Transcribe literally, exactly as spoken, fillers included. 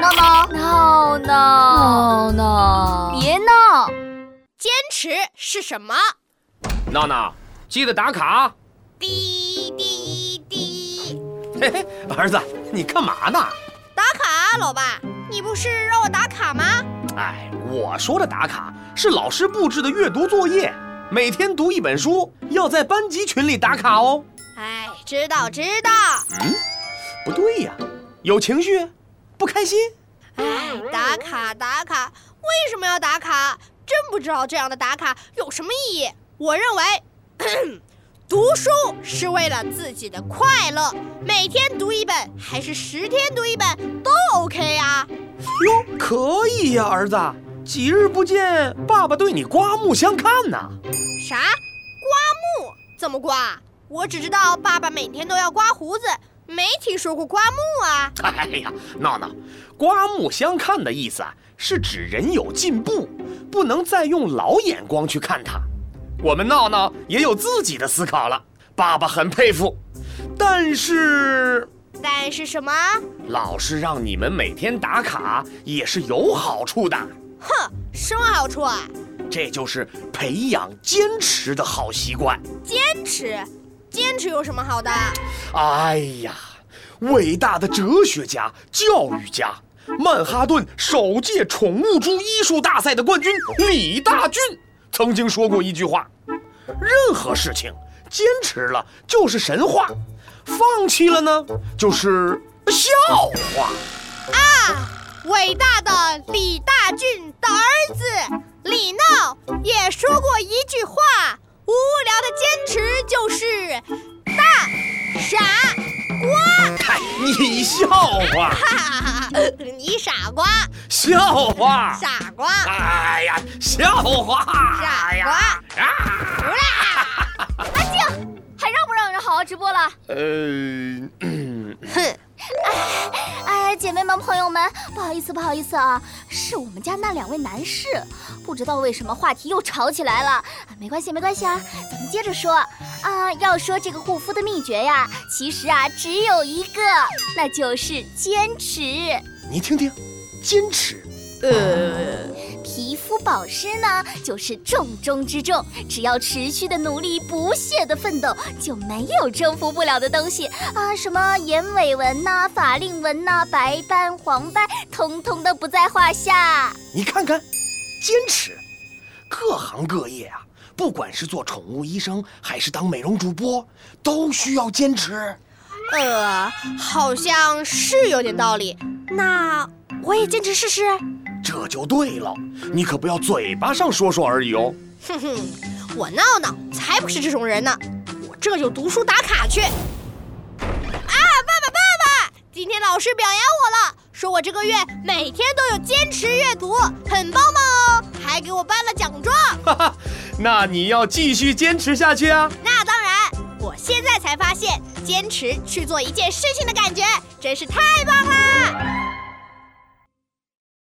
闹闹，闹闹，闹闹，别闹！ 坚持是什么？ 闹闹，记得打卡。 滴滴滴。 嘿嘿，儿子，你干嘛呢？ 打卡，老爸，你不是让我打卡吗？ 哎，我说的打卡是老师布置的阅读作业，每天读一本书，要在班级群里打卡哦。 哎，知道知道。 嗯，不对呀，有情绪，不开心。 哎，打卡打卡，为什么要打卡？真不知道这样的打卡有什么意义。我认为，读书是为了自己的快乐，每天读一本还是十天读一本都 OK 啊。 哟，可以呀，儿子，几日不见，爸爸对你刮目相看呐。 啥？刮目？怎么刮？我只知道爸爸每天都要刮胡子，没听说过刮目啊。 哎呀，闹闹，刮目相看的意思啊，是指人有进步，不能再用老眼光去看他。我们闹闹也有自己的思考了，爸爸很佩服。但是， 但是什么？ 老师让你们每天打卡也是有好处的。 哼，什么好处啊？ 这就是培养坚持的好习惯。 坚持？坚持有什么好的？ 哎呀，伟大的哲学家、教育家，曼哈顿首届宠物猪艺术大赛的冠军李大俊曾经说过一句话：任何事情坚持了就是神话，放弃了呢就是笑话。 啊，伟大的李大俊的儿子李闹也说过一句话：无聊的坚持就是大傻瓜。 嗨，你笑话！ 哈哈哈！你傻瓜！ 笑话！ 傻瓜！ 哎呀，笑话！ 傻瓜！ 啊！ 安静，还让不让人好好直播了？ 呃，嗯、 哼！ 哎哎，姐妹们朋友们，不好意思不好意思啊，是我们家那两位男士，不知道为什么话题又吵起来了。没关系没关系啊，咱们接着说啊。要说这个护肤的秘诀呀，其实啊只有一个，那就是坚持。 你听听，坚持。 呃， 皮肤保湿呢，就是重中之重。只要持续的努力，不懈的奋斗，就没有征服不了的东西啊！什么眼尾纹呐、法令纹呐、白斑、黄斑，通通都不在话下。 你看看，坚持，各行各业啊，不管是做宠物医生还是当美容主播，都需要坚持。 呃，好像是有点道理。那我也坚持试试。 这就对了，你可不要嘴巴上说说而已哦。 哼哼，我闹闹才不是这种人呢，我这就读书打卡去。啊，爸爸爸爸，今天老师表扬我了，说我这个月每天都有坚持阅读，很棒棒哦，还给我颁了奖状。 哈哈，那你要继续坚持下去啊。 那当然，我现在才发现坚持去做一件事情的感觉真是太棒啦。